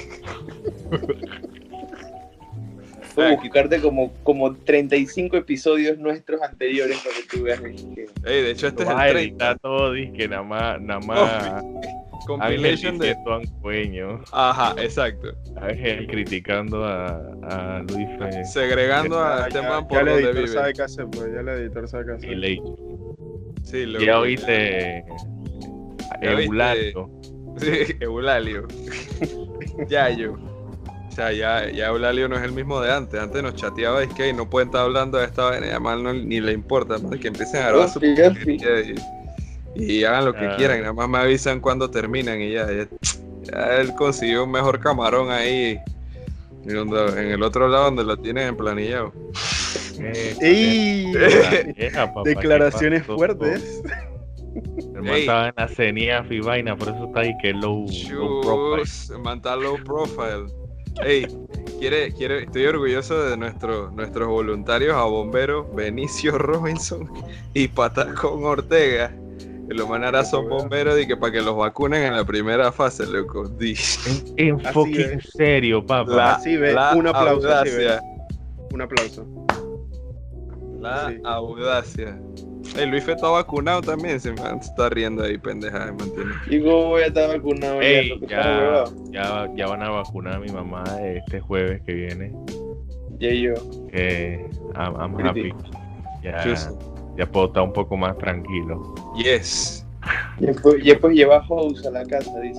Puedo Aquí- buscarte como, como treinta y cinco episodios nuestros anteriores para que tú veas que... Ey, de hecho, este Lo es vas a el editar treinta. todo, disque nada más, nada más. Ángel Compilation de. diciendo angüeño. Ajá, exacto. Ángel criticando a, a Luis Fe. Segregando a Ya- este ya- man ya por el donde editor vive. sabe qué hacer, pues. Ya el editor sabe qué hacer. Y le Sí, loco. ya oíste Ya viste. Eulalio. Sí, Eulalio. Yayo. O sea, ya, ya Eulalio no es el mismo de antes. Antes nos chateaba y que no pueden estar hablando de esta vaina y además no, ni le importa. ¿No? Que empiecen a grabar su Gafi, Gafi. porquería y, y hagan lo que Ah. quieran. Nada más me avisan cuando terminan y ya. Ya, ya él consiguió un mejor camarón ahí. Y donde- en el otro lado donde lo tienen emplanillado. Eh, ¡Ey! vieja, papá, Declaraciones ¿qué pasó? fuertes. El man Ey. estaba en la C N I A F y vaina, por eso está ahí que low, low profile. Chus, manta low profile. Ey, quiere, quiere, estoy orgulloso de nuestro, nuestros voluntarios a bomberos Benicio Robinson y Patacón Ortega. Que lo mandará son bomberos y que para que los vacunen en la primera fase, loco. Di. En, en Así fucking es. serio, papá. La, Así ve, la un aplauso, así audacia. Un aplauso. La Sí. audacia. Ey, Luis Fe está vacunado también, se me está riendo ahí, pendeja, ¿me entiendes? Y cómo voy a estar vacunado ya, Ey, lo que está ya, huevado. ya, ya van a vacunar a mi mamá este jueves que viene. Ya yo. Que I'm, I'm Pretty. happy. Ya, Chus. ya puedo estar un poco más tranquilo. Yes. Ya pues, ya pues lleva host a la casa, dice.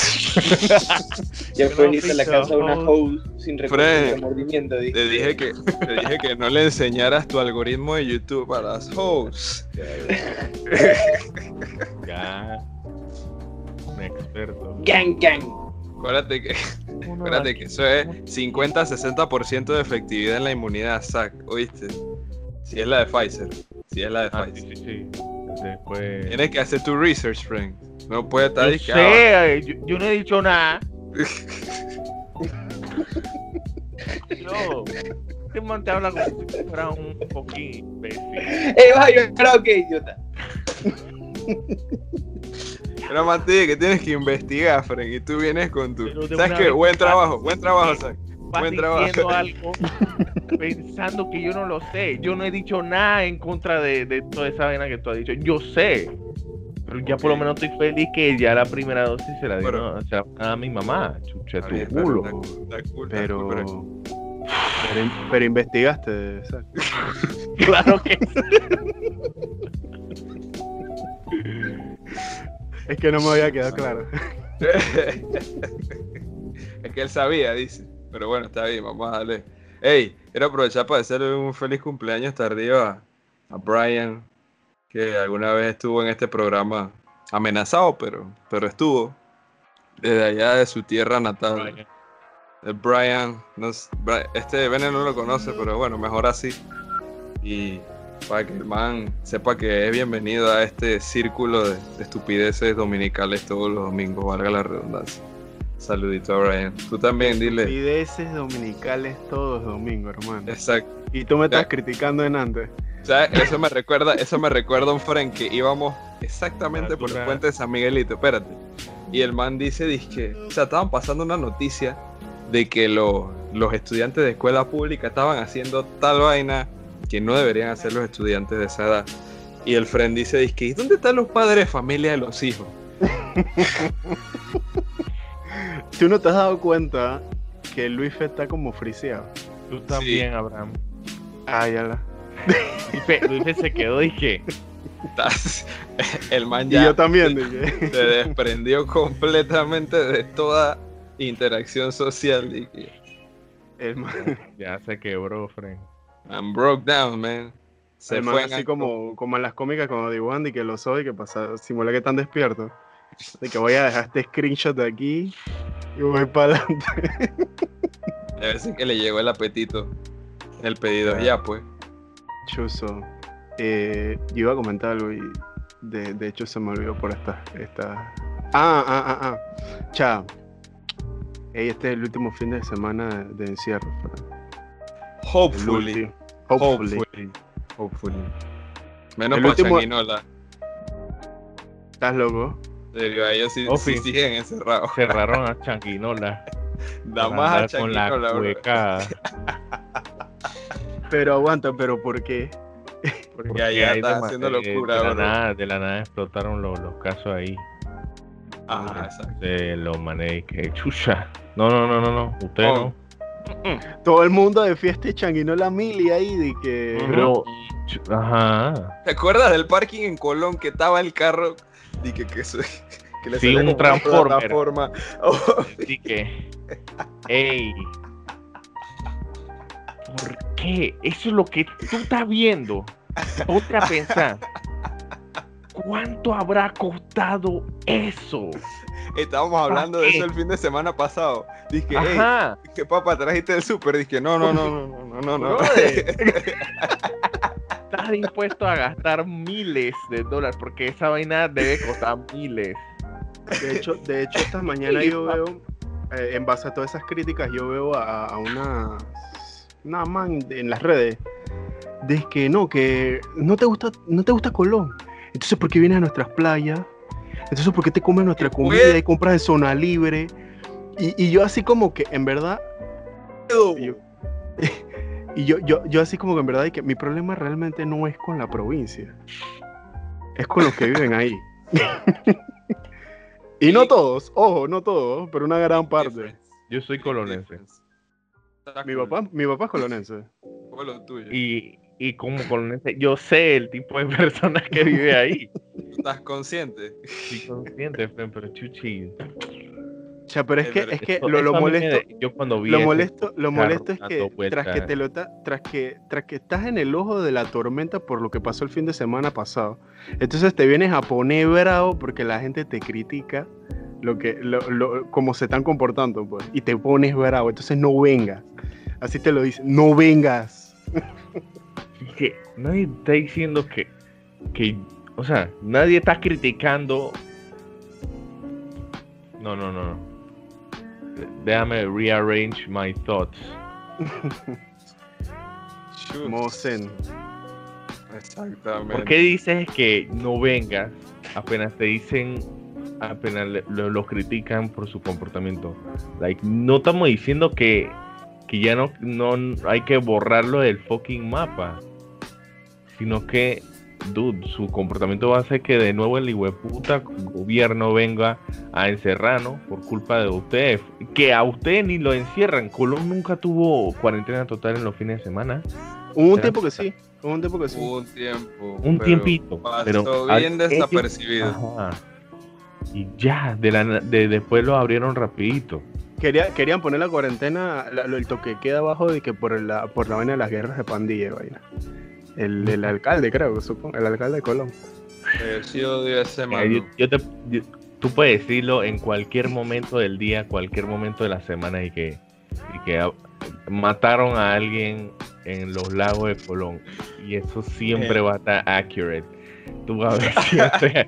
Ya Yo pues no irte a la pienso casa a una host. host sin Fred, remordimiento, dice. Te dije que, te dije que no le enseñaras tu algoritmo de YouTube a las hosts. Ya. Un experto. Gang, gang. Acuérdate que, acuérdate que eso es cincuenta a sesenta por ciento de efectividad en la inmunidad, Zack, ¿oíste? Si es la de Pfizer. Si es la de Ah, Pfizer. sí, sí, sí. después... Tienes que hacer tu research, friend. No puedes estar Yo disque, ah, sé, yo, yo no he dicho nada. Yo, este man te habla como si fuera un poquito imbécil. ¡Eh, va, yo creo que idiota! Pero Mati, que tienes que investigar, friend. Y tú vienes con tu. Pero de ¿Sabes una qué? vez Buen vas- trabajo, buen trabajo, Zach. Vas Buen trabajo. diciendo algo pensando que yo no lo sé. Yo no he dicho nada en contra de, de toda esa vaina que tú has dicho. Yo sé. Pero ya por lo Ok. menos estoy feliz que ya la primera dosis se la dio Pero- no, se la dio a mi mamá. Chucha Está tu bien, está culo. bien, está cool, está cool, Pero, está cool, pero, pero investigaste, Zach. Claro que Es que no me había quedado claro. pero- Es que él sabía, dice. Pero bueno, está bien, vamos a darle. Hey, quiero aprovechar para desearle un feliz cumpleaños tardío a, a Brian, que alguna vez estuvo en este programa amenazado, pero, pero estuvo desde allá de su tierra natal. Brian. El Brian, no s- Bri- este Bene no lo conoce, pero bueno, mejor así. Y para que el man sepa que es bienvenido a este círculo de, de estupideces dominicales todos los domingos, valga la redundancia. Saludito a Brian. Tú también, dile. Estupideces dominicales todos domingos, hermano. Exacto. Y tú me estás Ya. criticando en antes. ¿Sabes? Eso me recuerda, eso me recuerda a un friend que íbamos exactamente por el Natural. puente de San Miguelito, espérate. Y el man dice, dizque, o sea, estaban pasando una noticia de que lo- los estudiantes de escuela pública estaban haciendo tal vaina que no deberían hacer los estudiantes de esa edad. Y el friend dice, dizque, ¿y dónde están los padres de familia de los hijos? ¿Tú no te has dado cuenta que Luis Fe está como friseado? Tú también, Abraham. Ah, ya la. Luis Luis se quedó y que Estás- El man Y ya yo también, dije. se desprendió completamente de toda interacción social. Y que, El man, ya se quebró, friend. I'm broke down, man. Se el man fue así en- como, como en las cómicas cuando dibujan y que lo soy, que pasa, simula que están despiertos. De que voy a dejar este screenshot de aquí y voy para adelante. A veces que le llegó el apetito. El pedido Ya. ya, pues. Chuzo. Eh, yo iba a comentar algo y de, de hecho se me olvidó por esta. esta... Ah, ah, ah, ah. Chao. Ey, este es el último fin de semana de encierro. Fran. El Hopefully. último. Hopefully. Hopefully. Hopefully. Menos El para último- Changuinola. ¿Estás loco? En serio, ellos sí, Ofi. sí siguen encerrados. Cerraron a Changuinola. Da por más a andar con la Changuinola, bro. cueca. Pero aguanta, pero ¿por qué? Porque allá hay está dema- haciendo eh, locura, de la, bro. nada, de la nada explotaron los, los casos ahí. Ajá, exacto. De los manes que chucha. No, no, no, no, no. Usted Oh. no. Todo el mundo de fiesta y changuinó la mili ahí de que... Pero, chu- ajá. ¿Te acuerdas del parking en Colón que estaba el carro? Y que, que, se- que le Sí, salía un como una Transformer. plataforma. Oh, Así que, ey. ¿Por qué? Eso es lo que tú estás viendo. Ponte a pensar. ¿Cuánto habrá costado eso? estábamos hablando de qué? eso el fin de semana pasado. Dije, hey, Ajá. ¿qué papá trajiste el súper? Dije, no, no, no, no, no, no, no, no. Brother. Estás dispuesto a gastar miles de dólares porque esa vaina debe costar miles. De hecho, de hecho esta mañana yo veo, eh, en base a todas esas críticas, yo veo a, a una, una man de- en las redes de que no, que no te gusta, no te gusta Colón. Entonces, ¿por qué vienes a nuestras playas? Entonces, ¿por qué te comes nuestra ¿Qué comida fue? y compras en zona libre? Y, y yo así como que, en verdad, y yo, y yo, yo, yo así como que en verdad, y que mi problema realmente no es con la provincia, es con los que viven ahí. Y no todos, ojo, no todos, pero una gran parte. Yo soy colonense. Mi papá, mi papá es colonense. Fue lo tuyo. Y, y como colonense, yo sé el tipo de personas que vive ahí. ¿Estás consciente? Sí, consciente, Fren, pero chuchi. O sea, pero es Eh, que, pero es que Eso- lo, eso lo a mí me molesto, de- yo cuando vi lo ese molesto, lo carro molesto es que dando vueltas, tras que te lo ta- tras que, tras que estás en el ojo de la tormenta por lo que pasó el fin de semana pasado, entonces te vienes a poner bravo porque la gente te critica lo que, lo, lo- cómo se están comportando, pues, y te pones bravo, entonces no vengas. Así te lo dicen, no vengas. que nadie está diciendo que, que o sea, nadie está criticando. No, no, no. Déjame rearrange my thoughts. Shoot. Mosen. Exactamente. ¿Por qué dices que no vengas apenas te dicen, apenas le- lo, lo critican por su comportamiento? Like, no estamos diciendo que, que ya no, no hay que borrarlo del fucking mapa, sino que, dude, su comportamiento va a hacer que de nuevo el hijueputa gobierno venga a encerrarnos por culpa de ustedes. Que a ustedes ni lo encierran. Colón nunca tuvo cuarentena total en los fines de semana. Hubo un ¿Será? tiempo que sí. Hubo un tiempo que sí. Hubo un tiempo. Un pero tiempito. Pasó Pero bien al- desapercibido. Ajá. Y ya, de la, na- de, después lo abrieron rapidito. Quería, querían poner la cuarentena, la- lo- el toque queda abajo de que por la, por la vaina de las guerras de pandilla y vaina. El, el alcalde, creo, supongo. El alcalde de Colón. Eh, sí odio a ese Eh, mano. yo- yo te- yo- tú puedes decirlo en cualquier momento del día, cualquier momento de la semana y que, y que a- mataron a alguien en los lagos de Colón. Y eso siempre Eh. va a estar accurate. Tú vas a ver siempre.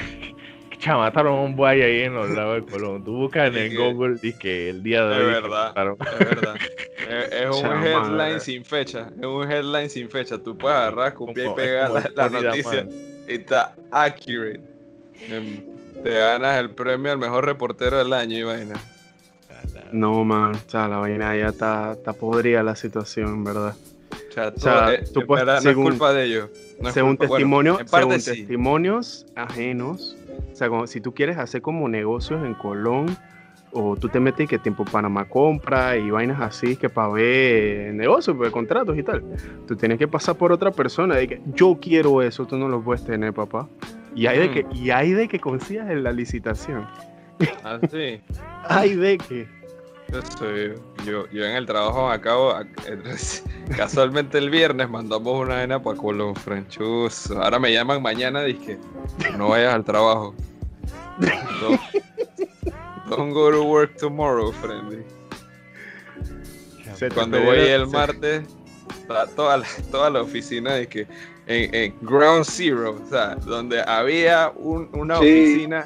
Cha, mataron a un boy ahí en los lagos de Colón. Tú buscas en el Sí. Google y que el día de Es hoy que verdad. mataron. Es verdad. Es, es un Chama, headline ¿verdad? sin fecha. Es un headline sin fecha. Tú puedes agarrar, copiar y Como- es pegar como la, el la Florida noticia. Man. Y está accurate. Em, Te ganas el premio al mejor reportero del año y vaina. No, man. O sea, la vaina ya está, está podrida la situación, ¿verdad? O sea, todo, sea, eh, tú en puedes- verdad, según- no es culpa de ellos. No es según culpa- bueno, testimonio, en parte según sí. testimonios ajenos, o sea, como si tú quieres hacer como negocios en Colón, o tú te metes y que Tiempo Panamá compra y vainas así, que para ver negocios, pues, contratos y tal, tú tienes que pasar por otra persona, de que yo quiero eso, tú no lo puedes tener, papá. Y hay de Mm. que, y hay de que consigas en la licitación. Ah, sí. Hay de que. Eso, yo, yo, yo en el trabajo me acabo, casualmente el viernes mandamos una vaina para Colón, Franchuzo. Ahora me llaman mañana y que no vayas al trabajo. Don't, don't go to work tomorrow, friendly. Se te Cuando perdió- voy el se- martes, está toda la, toda la oficina de que en, en Ground Zero, o sea, donde había un- una Sí. oficina,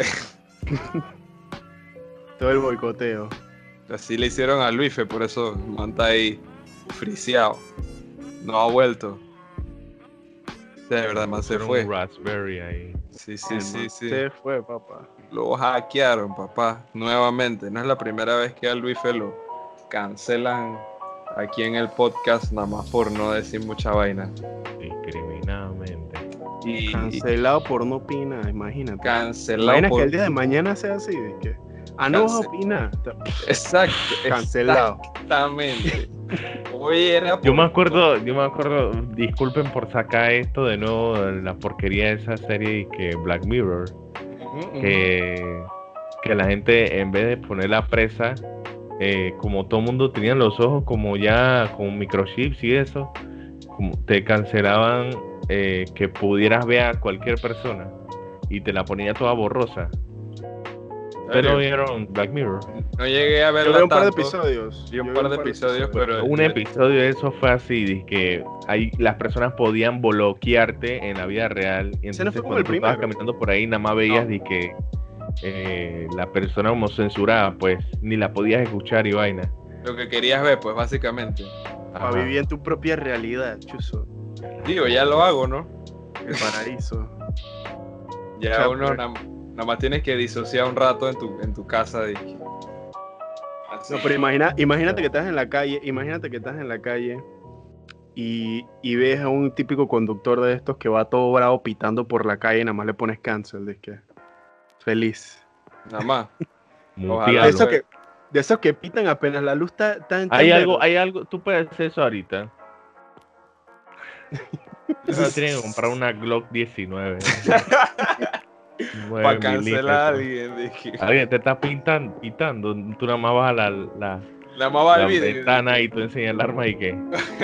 Todo el boicoteo. así le hicieron a Luife, por eso el man está ahí friseado. No ha vuelto. De verdad, man se Era un fue. Raspberry ahí. Sí, sí, El sí, man sí. Se fue, papá. Lo hackearon, papá, nuevamente. No es la primera vez que a Luife lo cancelan aquí en el podcast, nada más por no decir mucha vaina. Discriminadamente. Y, y Cancelado por no opinar, imagínate. La cancelado vaina es por... que el día de mañana sea así, de que, ah, no vas a Cancel- opinar. Exacto. Cancelado. Exactamente. Hoy era Yo por- me acuerdo, yo me acuerdo, disculpen por sacar esto de nuevo, la porquería de esa serie y que Black Mirror, Ujú, ujú. que, que la gente en vez de poner la presa, eh, como todo el mundo tenía los ojos como ya con microchips y eso, como te cancelaban eh, que pudieras ver a cualquier persona y te la ponía toda borrosa. ¿Ustedes no vieron Black Mirror? No llegué a Yo verla vi un par de tanto. episodios. Vi un Yo par de episodios, pero Un episodio de eso fue así, de que ahí las personas podían bloquearte en la vida real. Y Ese no entonces fue como cuando el tú estabas primero. caminando por ahí, nada más veías No. de que eh, la persona como censurada, pues ni la podías escuchar y vaina. lo que querías ver, pues básicamente. Para Ajá. vivir en tu propia realidad, chuzo. Digo, ya lo hago, ¿no? El paraíso. Ya O sea, uno pero- na- nada más tienes que disociar un rato en tu, en tu casa. De... Así. No, pero imagina, imagínate que estás en la calle, imagínate que estás en la calle y, y ves a un típico conductor de estos que va todo bravo pitando por la calle y nada más le pones cancel, de que feliz. Nada más. Mutealo. Ojalá, De esos güey. que, de esos que pitan apenas la luz está, está en Hay está en algo, verde. hay algo, tú puedes hacer eso ahorita. Tú tienes que comprar una Glock diecinueve. nueve Para cancelar a milímetros. alguien. de que- Alguien te está pintan, pitando, tú nada más vas a la, la, Nada más va la el video. ventana y tú enseñas el arma y que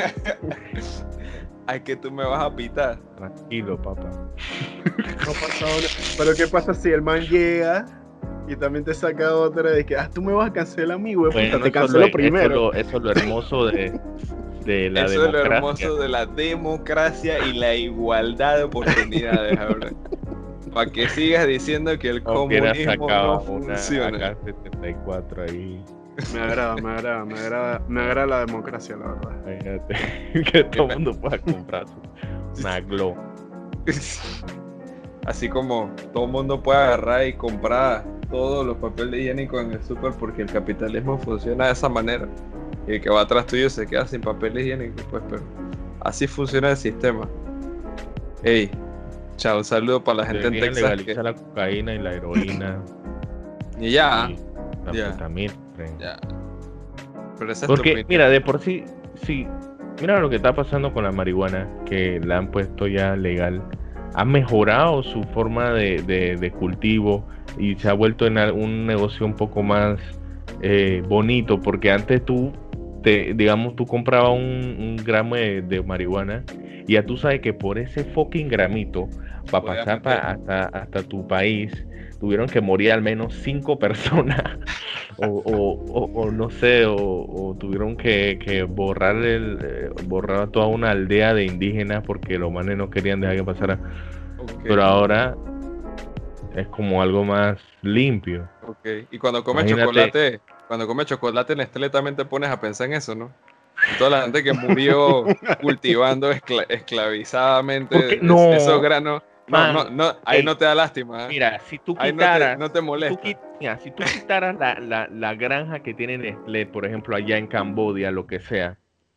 Ay, que tú me vas a pitar. tranquilo, papá. No pasa nada. Pero ¿qué pasa si el man llega y también te saca otra de que, ah, tú me vas a cancelar a mí, güey, puta, Bueno, te eso cancelo lo- primero? Eso, lo- eso es lo hermoso de, de la Eso es lo democracia. hermoso de la democracia y la igualdad de oportunidades, ahora. Para que sigas diciendo que el No hubiera comunismo sacado no una funciona. A K setenta y cuatro ahí. Me agrada, me agrada, me agrada, me agrada la democracia, la verdad. Imagínate que todo el mundo pueda comprar su- una Glow. Así como todo el mundo puede agarrar y comprar todos los papeles higiénicos en el súper porque el capitalismo funciona de esa manera. Y el que va atrás tuyo se queda sin papel higiénico, pues, pero así funciona el sistema. Ey, chao, un saludo para la gente en Deberían Texas. legalizar que- la cocaína y la heroína. Y ya, y la ya. anfetamina. ya. Pero esa es tu Porque, opinión. mira, de por sí, sí, mira lo que está pasando con la marihuana, que la han puesto ya legal. Ha mejorado su forma de, de- de cultivo y se ha vuelto en al- un negocio un poco más eh, bonito, porque antes tú, te, digamos, tú comprabas un, un gramo de, de marihuana y ya tú sabes que por ese fucking gramito, para Podías pasar pa- hasta, hasta tu país, tuvieron que morir al menos cinco personas. O, o, o, o no sé, o, o tuvieron que, que borrar el eh, borrar a toda una aldea de indígenas porque los manes no querían dejar que pasara. Ok, Pero ahora es como algo más limpio. ok. Y cuando comes Imagínate. chocolate, cuando comes chocolate Nestlé también te pones a pensar en eso, ¿no? Toda la gente que murió cultivando escla- esclavizadamente ¿Por qué? es- No, esos granos. No, man. no, no, ahí Ey, no te da lástima, ¿eh? Mira, si tú Ahí no te, quitaras, no te si tú, molesta. qui- mira, si tú quitaras la, la, la granja que tiene Nestlé, por ejemplo, allá en Camboya, lo que sea,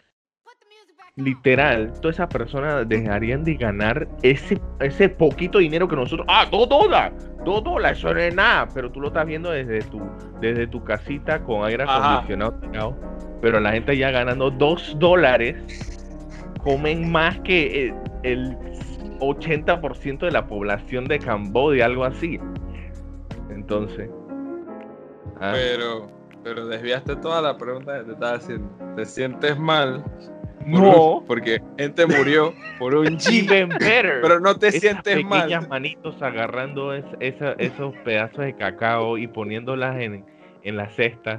literal, todas esas personas dejarían de ganar ese, ese poquito dinero que nosotros. ¡Ah, dos dólares! Dos dólares, eso no es nada. Pero tú lo estás viendo desde tu, desde tu casita con aire Ajá. acondicionado tirado. Pero la gente ya ganando dos dólares comen más que el, el ochenta por ciento de la población de Camboya, algo así. Entonces. ah, Pero, pero desviaste toda la pregunta que te estaba haciendo. ¿Te sientes mal? por No. un- porque gente murió por un G. Even better. Pero no te Esas sientes mal. pequeñas manitos agarrando es- esa- esos pedazos de cacao y poniéndolas en, en las cestas.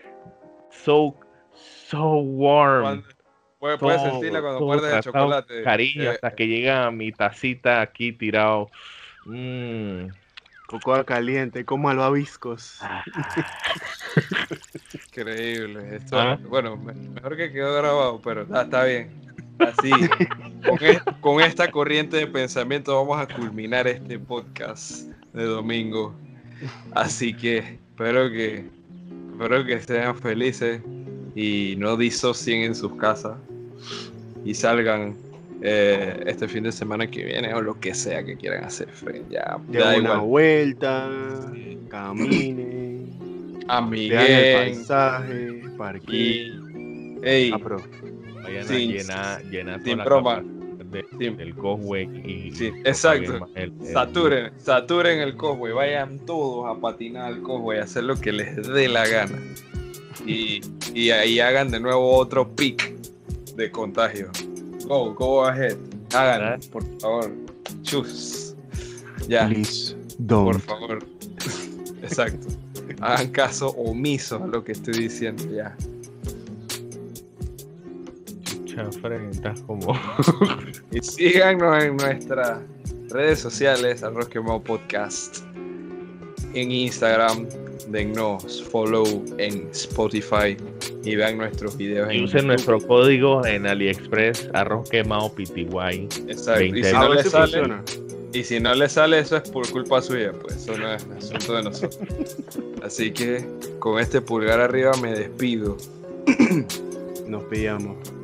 So, so warm. Cuando- puedes, puedes todo- sentirla cuando todo muerdes el tratado con chocolate. Cariño, Eh, hasta que llega mi tacita aquí tirado. Mm. Cocoa caliente, con malvaviscos. Increíble. Esto, Ah. Bueno, me- mejor que quedó grabado, pero está, está bien. Así, con, es- con esta corriente de pensamiento vamos a culminar este podcast de domingo. Así que espero que espero que sean felices y no disocien en sus casas y salgan eh, este fin de semana que viene o lo que sea que quieran hacer. Fred. Ya, De da una igual. vuelta, caminen, vean el Amiguen paisaje, parqueen. y ey, Ah, pero Vayan Sin- a llenar, llenar sin toda la broma. capacidad de- Sin- del Causeway y Sí, y exacto. propaguen más el- el- Saturen, saturen el Causeway, vayan todos a patinar al Causeway, a hacer lo que les dé la gana. Y, y ahí hagan de nuevo otro pic de contagio. Go, go ahead. Hagan, por favor. Chus. Ya, please por don't. favor. Exacto. Hagan caso omiso a lo que estoy diciendo ya. Chafre, estás como. Y síganos en nuestras redes sociales, Arroz Quemado Podcast. En Instagram, dennos follow en Spotify y vean nuestros videos en Y usen YouTube. nuestro código en AliExpress, arroz quemado P T Y. Exacto. Y veinte. si A no ver le si sale, funciona. y si no le sale, eso es por culpa suya, pues eso no es asunto de nosotros. Así que con este pulgar arriba me despido. Nos pillamos.